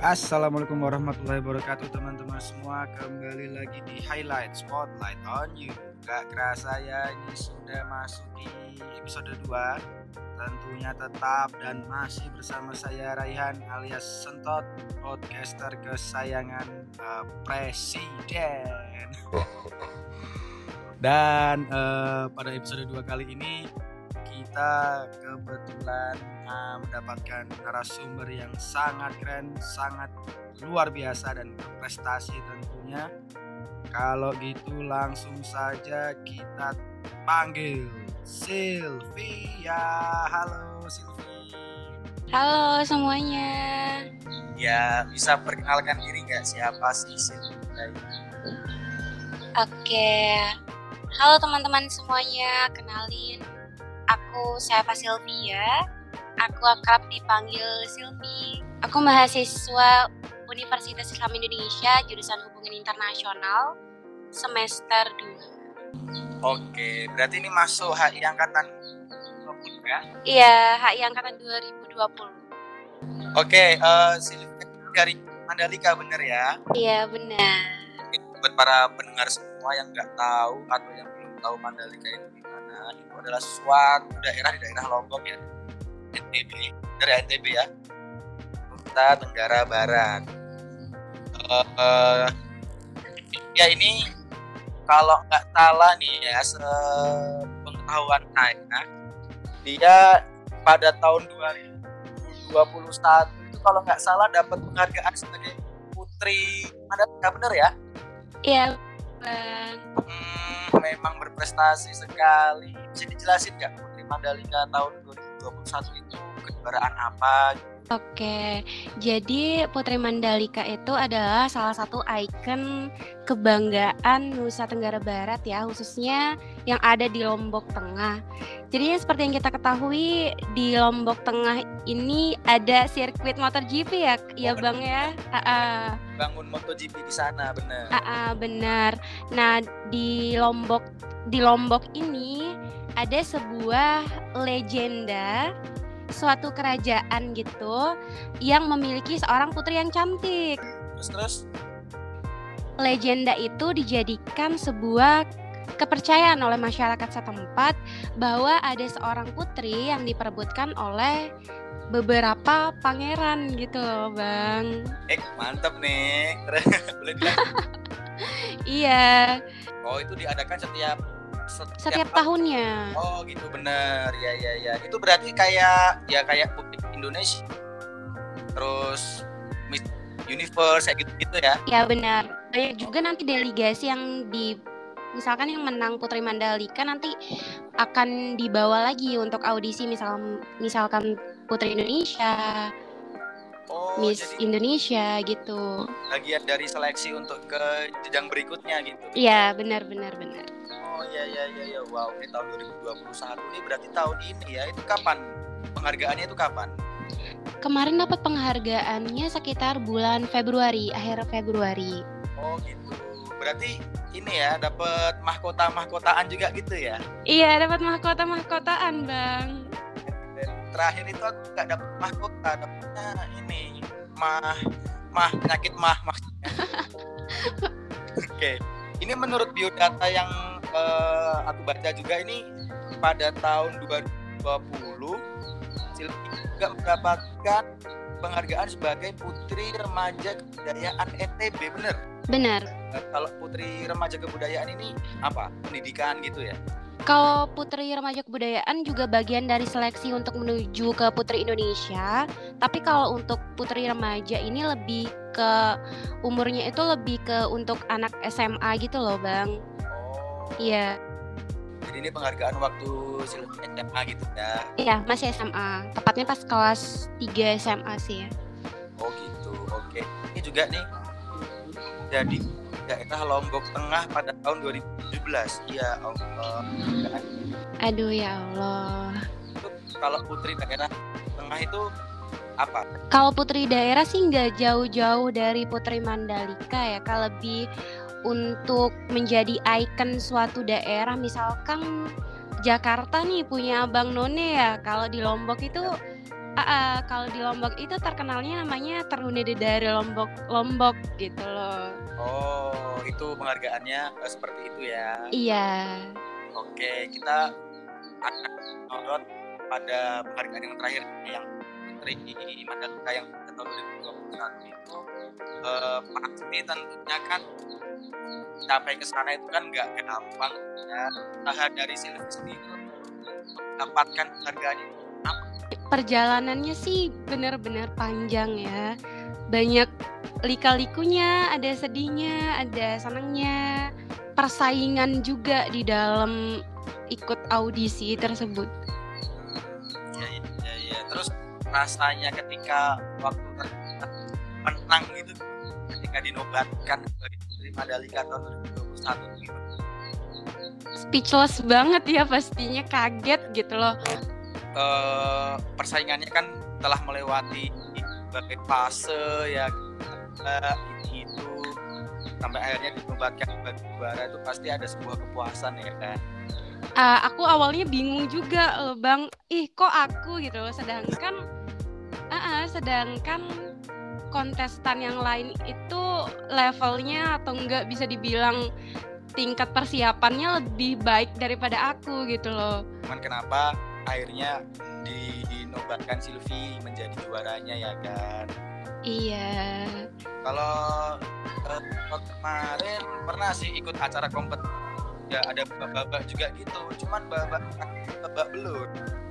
Assalamualaikum warahmatullahi wabarakatuh teman-teman semua. Kembali lagi di Highlight Spotlight on You. Gak kerasa ya, ini sudah masuk di episode 2. Tentunya tetap dan masih bersama saya Raihan alias Sentot, podcaster kesayangan Presiden. Dan pada episode 2 kali ini kita kebetulan mendapatkan narasumber yang sangat keren, sangat luar biasa dan berprestasi tentunya. Kalau gitu langsung saja kita panggil Sylvia. Halo Sylvia. Halo semuanya. Ya, bisa perkenalkan diri nggak siapa sih Sylvia? Oke. Halo teman-teman semuanya, kenalin. Aku Syafa Sylvia. Aku akrab dipanggil Sylvie. Aku mahasiswa Universitas Islam Indonesia, jurusan Hubungan Internasional, semester 2. Oke, berarti ini masuk HI angkatan 20 ya? Iya, HI angkatan 2020. Oke, Sylvia dari Mandalika bener ya? Iya, benar. Buat para pendengar semua yang nggak tahu atau yang belum tahu Mandalika itu di mana, itu adalah suatu daerah di daerah Lombok ya, NTB, dari NTB ya, Nusa Tenggara Barat. Ya ini kalau nggak salah nih ya, sepengetahuan saya, dia pada tahun 2021 itu kalau nggak salah dapat penghargaan sebagai Putri Mandalika, bener ya? Iya, Bang. Memang berprestasi sekali. Bisa dijelasin nggak Putri Mandalika tahun 2021 itu kejuaraan apa? Oke, jadi Putri Mandalika itu adalah salah satu ikon kebanggaan Nusa Tenggara Barat ya, khususnya yang ada di Lombok Tengah. Jadi seperti yang kita ketahui, di Lombok Tengah ini ada sirkuit MotoGP ya Bang ya. Bangun MotoGP di sana, benar. Benar. Nah, di Lombok ini ada sebuah legenda, suatu kerajaan gitu yang memiliki seorang putri yang cantik. Terus legenda itu dijadikan sebuah kepercayaan oleh masyarakat setempat bahwa ada seorang putri yang diperebutkan oleh beberapa pangeran gitu loh, Bang. Mantap nih. Boleh dilanjut? Iya. Oh, itu diadakan setiap tahunnya. Oh gitu, bener ya. Itu berarti kayak Putri Indonesia, terus Miss Universe kayak gitu ya? Ya benar. Banyak juga nanti delegasi yang misalkan yang menang Putri Mandalika nanti akan dibawa lagi untuk audisi, misalkan Putri Indonesia, Miss Indonesia gitu. Bagian dari seleksi untuk ke jenjang berikutnya gitu. Iya, benar. Oh iya. Wow, ini tahun 2021 ini berarti tahun ini ya. Itu kapan? Penghargaannya itu kapan? Kemarin dapat penghargaannya sekitar bulan Februari, akhir Februari. Oh gitu. Berarti ini ya, dapat mahkota-mahkotaan juga gitu ya? Iya, dapat mahkota-mahkotaan, Bang. Dan terakhir itu aku nggak dapat mahkota, dapatnya ini penyakit maksudnya. Oke. Ini menurut biodata yang aku baca juga, ini pada tahun 2020 Sylvia juga mendapatkan penghargaan sebagai Putri Remaja Kebudayaan NTB, bener? Benar. Kalau Putri Remaja Kebudayaan ini apa? Pendidikan gitu ya? Kalau Putri Remaja Kebudayaan juga bagian dari seleksi untuk menuju ke Putri Indonesia. Tapi kalau untuk Putri Remaja ini lebih ke umurnya itu lebih ke untuk anak SMA gitu loh, Bang. Iya. Jadi ini penghargaan waktu SMA gitu ya? Iya, masih SMA. Tepatnya pas kelas 3 SMA sih ya. Oh gitu, oke. Ini juga nih jadi daerah Lombok Tengah pada tahun 2017. Ya Allah. Aduh ya Allah. Kalau Putri daerah Tengah itu apa? Kalau Putri daerah sih nggak jauh-jauh dari Putri Mandalika ya. Kalau lebih untuk menjadi ikon suatu daerah, misalkan Jakarta nih punya Abang None ya. Kalau di Lombok itu Kalau di Lombok itu terkenalnya namanya Terhuni dari Lombok gitu loh. Oh, itu penghargaannya seperti itu ya. Iya. Oke, kita akan menyorot pada penghargaan yang terakhir yang Putri Mandalika yang tahun 2021 itu pasti tentunya kan sampai ke sana itu kan nggak gampang ya. Usaha dari Sylvie sendiri mendapatkan penghargaan itu apa? Perjalanannya sih benar-benar panjang ya. Banyak lika-likunya, ada sedihnya, ada senangnya, persaingan juga di dalam ikut audisi tersebut. Iya. Terus rasanya ketika waktu menang gitu, ketika dinobatkan sebagai Putri Mandalika tahun 2021 gitu. Speechless banget ya pastinya, kaget gitu loh. Persaingannya kan telah melewati berbagai fase ya, itu sampai akhirnya dinobatkan sebagai juara, itu pasti ada sebuah kepuasan ya kan. Aku awalnya bingung juga Bang, kok aku gitu loh, sedangkan kontestan yang lain itu levelnya atau enggak bisa dibilang tingkat persiapannya lebih baik daripada aku gitu loh. Cuman kenapa akhirnya dinobatkan Sylvie menjadi juaranya ya kan? Iya. Kalau kemarin pernah sih ikut acara kompetisi, ya ada babak juga gitu, cuman babak belur.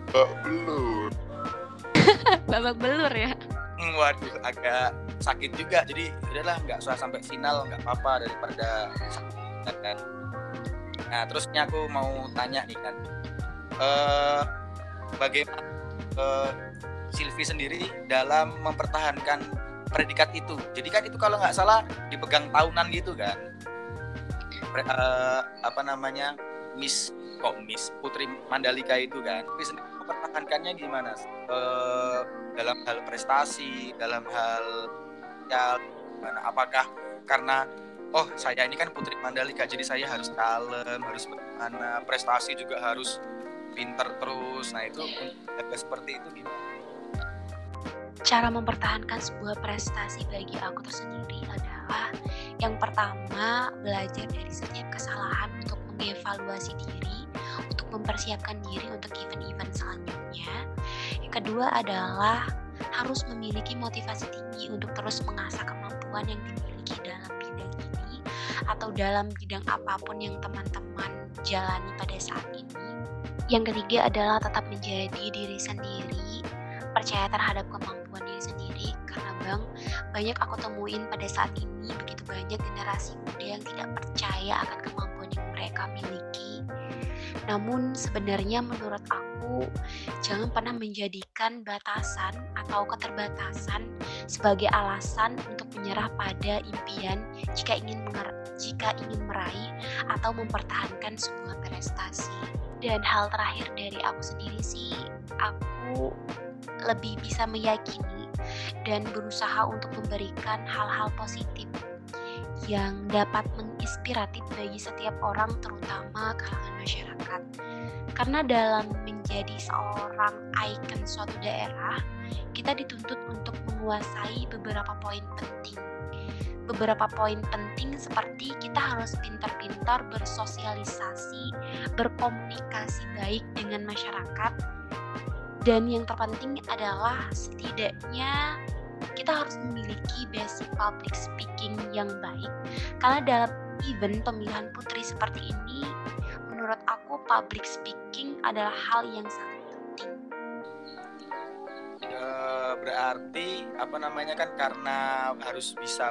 Babak belur ya. Waduh, agak sakit juga, jadi udahlah nggak usah sampai final, nggak apa-apa daripada sakit kan. Nah terusnya aku mau tanya nih kan, bagaimana Sylvie sendiri dalam mempertahankan predikat itu? Jadi kan itu kalau nggak salah dipegang tahunan gitu kan, Miss Putri Mandalika itu kan. Sylvie sendiri mempertahankannya gimana? Dalam hal prestasi, dalam hal ya gimana? Apakah karena saya ini kan Putri Mandalika, jadi saya harus kalem, harus bagaimana, prestasi juga harus pinter terus. Nah itu agak seperti itu gimana? Cara mempertahankan sebuah prestasi bagi aku tersendiri adalah yang pertama, belajar dari setiap kesalahan untuk mengevaluasi diri, untuk mempersiapkan diri untuk event-event selanjutnya. Yang kedua adalah harus memiliki motivasi tinggi untuk terus mengasah kemampuan yang dimiliki dalam bidang ini atau dalam bidang apapun yang teman-teman jalani pada saat ini. Yang ketiga adalah tetap menjadi diri sendiri, percaya terhadap kemampuan diri sendiri, karena Bang, banyak aku temuin pada saat ini begitu banyak generasi muda yang tidak percaya akan kemampuan yang mereka miliki. Namun sebenarnya menurut aku, jangan pernah menjadikan batasan atau keterbatasan sebagai alasan untuk menyerah pada impian jika ingin meraih atau mempertahankan sebuah prestasi. Dan hal terakhir dari aku sendiri sih, aku lebih bisa meyakini dan berusaha untuk memberikan hal-hal positif yang dapat menginspiratif bagi setiap orang, terutama kalangan masyarakat. Karena dalam menjadi seorang ikon suatu daerah, kita dituntut untuk menguasai beberapa poin penting. Beberapa poin penting seperti kita harus pintar-pintar bersosialisasi, berkomunikasi baik dengan masyarakat, dan yang terpenting adalah setidaknya kita harus memiliki basic public speaking yang baik. Karena dalam event pemilihan putri seperti ini, menurut aku public speaking adalah hal yang sangat penting. Berarti kan karena harus bisa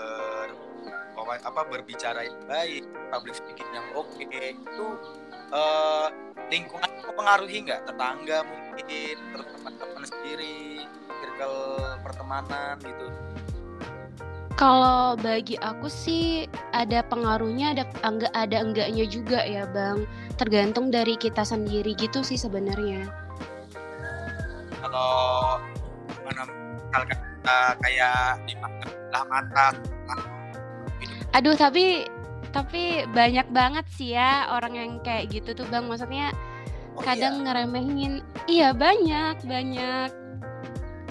berbicara yang baik, public speaking yang oke, itu lingkungan mempengaruhi nggak? Tetangga mungkin, terus teman-teman sendiri, circle pertemanan gitu. Kalau bagi aku sih ada pengaruhnya, ada enggaknya juga ya Bang. Tergantung dari kita sendiri gitu sih sebenarnya. Kalau misalkan kita kayak di mata. Aduh, tapi banyak banget sih ya orang yang kayak gitu tuh Bang. Maksudnya kadang ngeremehin. Iya, banyak.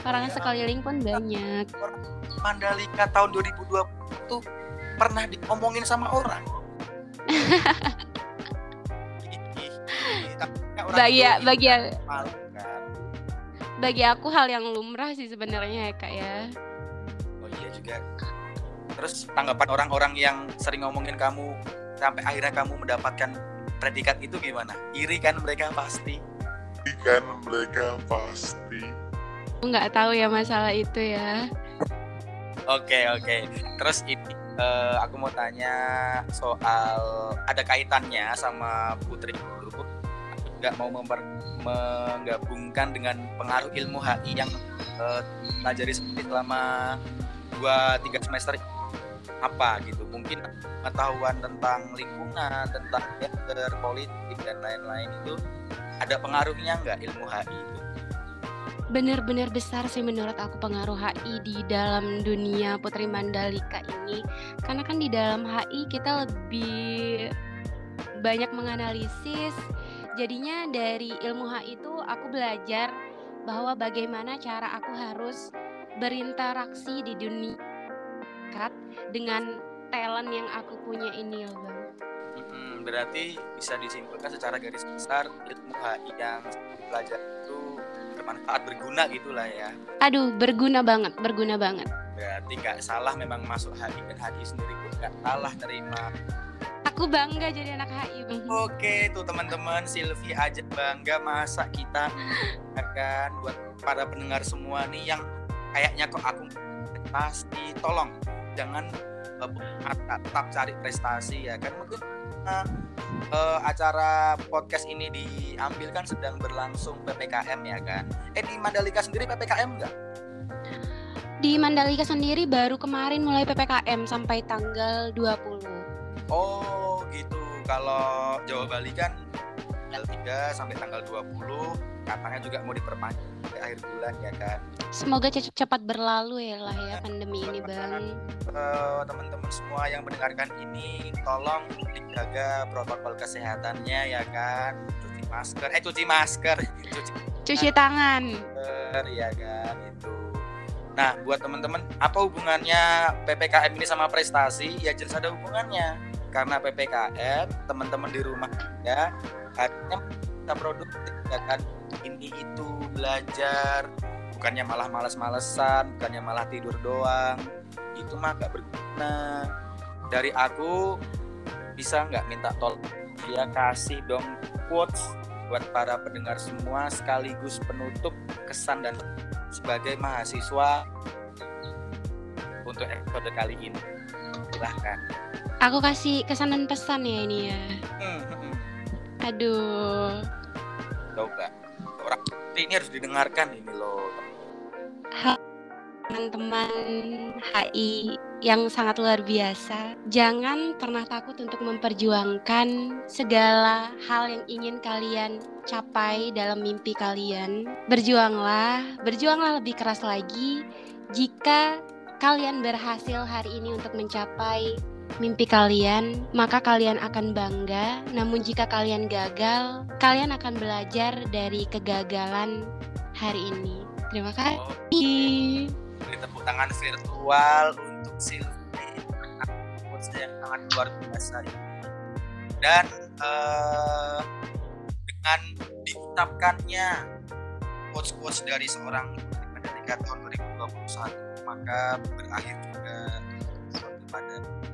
Orang sekeliling pun banyak. Orang Mandalika tahun 2020 tuh pernah diomongin sama orang. Bagi aku hal yang lumrah sih sebenarnya ya Kak ya. Oh iya juga. Terus tanggapan orang-orang yang sering ngomongin kamu sampai akhirnya kamu mendapatkan predikat itu gimana? Iri kan mereka pasti. Aku nggak tahu ya masalah itu ya. Oke. Terus ini aku mau tanya soal ada kaitannya sama Putri dulu. Aku nggak mau menggabungkan dengan pengaruh ilmu HI yang pelajari selama 2-3 semester apa gitu. Mungkin pengetahuan tentang lingkungan, tentang gender, politik dan lain-lain itu ada pengaruhnya nggak ilmu HI itu? Benar-benar besar sih menurut aku pengaruh HI di dalam dunia Putri Mandalika ini. Karena kan di dalam HI kita lebih banyak menganalisis. Jadinya dari ilmu HI itu aku belajar bahwa bagaimana cara aku harus berinteraksi di dunia dengan talent yang aku punya ini loh Bang. Berarti bisa disimpulkan secara garis besar ilmu HI yang belajar itu bermanfaat, berguna gitulah ya. Aduh, berguna banget. Berarti nggak salah memang masuk HI, dan HI sendiri pun nggak salah terima. Aku bangga jadi anak HI. Oke, tuh teman-teman, Silvi aja bangga, masa kita akan buat para pendengar semua nih yang kayaknya kok aku pasti tolong jangan tetap cari prestasi ya kan. Mungkin acara podcast ini diambil kan sedang berlangsung PPKM ya kan. Di Mandalika sendiri PPKM nggak? Di Mandalika sendiri baru kemarin mulai PPKM sampai tanggal 20. Oh gitu. Kalau Jawa Bali kan tanggal 3 sampai tanggal 20, katanya juga mau diperpanjang di akhir bulan ya kan. Semoga cepat berlalu ya lah ya pandemi ini Bang. Teman-teman semua yang mendengarkan ini tolong dijaga protokol kesehatannya ya kan. Cuci tangan ya kan itu. Nah buat teman-teman, apa hubungannya PPKM ini sama prestasi? Ya jelas ada hubungannya. Karena PPKM teman-teman di rumah ya akhirnya kita produktif ya kan. Ini itu belajar, bukannya malah malas-malesan, bukannya malah tidur doang. Itu mah gak berguna. Dari aku bisa gak minta tolong dia kasih dong quotes buat para pendengar semua sekaligus penutup kesan dan sebagai mahasiswa untuk episode kali ini. Silahkan. Aku kasih kesan dan pesan ya ini ya. Aduh. Coba. Orang ini harus didengarkan ini loh. Teman-teman HI yang sangat luar biasa, jangan pernah takut untuk memperjuangkan segala hal yang ingin kalian capai dalam mimpi kalian. Berjuanglah lebih keras lagi. Jika kalian berhasil hari ini untuk mencapai mimpi kalian, maka kalian akan bangga. Namun jika kalian gagal, kalian akan belajar dari kegagalan hari ini. Terima kasih. Beri tepuk tangan virtual untuk Silvi, coach yang sangat luar biasa ini. Dan dengan diucapkannya quotes dari seorang Mandalika tahun 2021, maka berakhir juga pada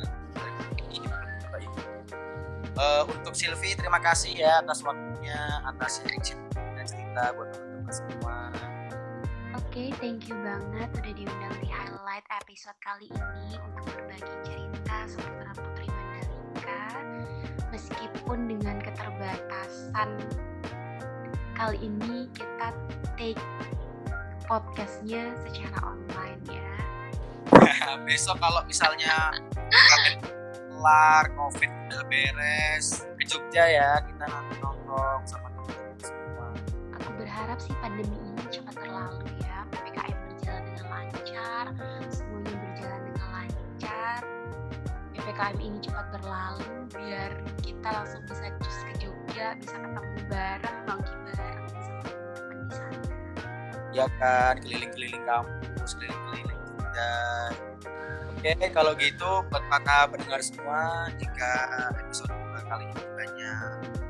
untuk Silvi, terima kasih ya atas waktunya, atas sharing dan cerita buat teman-teman semua. Oke, thank you banget udah diundang di highlight episode kali ini untuk berbagi cerita seputar Putri Mandalika. Meskipun dengan keterbatasan, kali ini kita take podcastnya secara online ya. Besok kalau misalnya kelar, COVID udah beres, ke Jogja ya, kita nanti nongkrong sama teman-teman semua. Aku berharap sih pandemi ini cepat berlalu ya, PPKM berjalan dengan lancar, semuanya berjalan dengan lancar. PPKM ini cepat berlalu biar kita langsung bisa cus ke Jogja, bisa ketemu bareng, nongki bareng sama teman-teman di sana. ya kan, keliling-keliling kampus, keliling-keliling juga. Oke, kalau gitu buat para pendengar semua, jika episode 2 kali ini banyak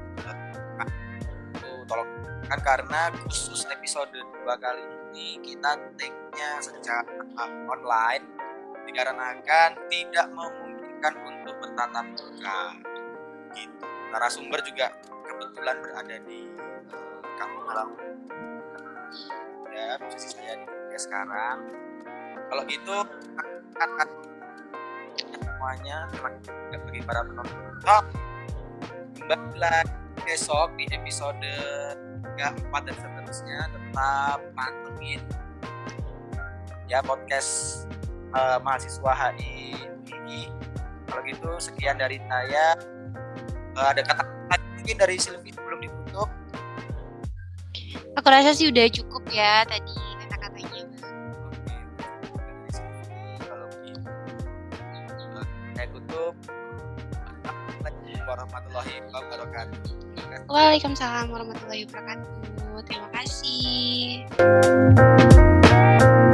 tolong kan, karena khusus episode 2 kali ini kita take-nya secara online dikarenakan tidak memungkinkan untuk bertatap muka gitu. Narasumber juga kebetulan berada di kampung halaman ya, posisi saya di Jogja sekarang. Kalau gitu akan semuanya, terima kasih bagi para penonton. Kembali lagi besok di episode 4 dan seterusnya. Tetap pantengin ya podcast mahasiswa HI ini. Kalau gitu sekian dari saya. Ada kata mungkin dari Sylvie belum ditutup? Aku rasa sih udah cukup ya tadi kata-katanya. Oke, dari Sylvie kalau begitu saya tutup. Assalamualaikum warahmatullahi wabarakatuh. Waalaikumsalam warahmatullahi wabarakatuh. Terima kasih.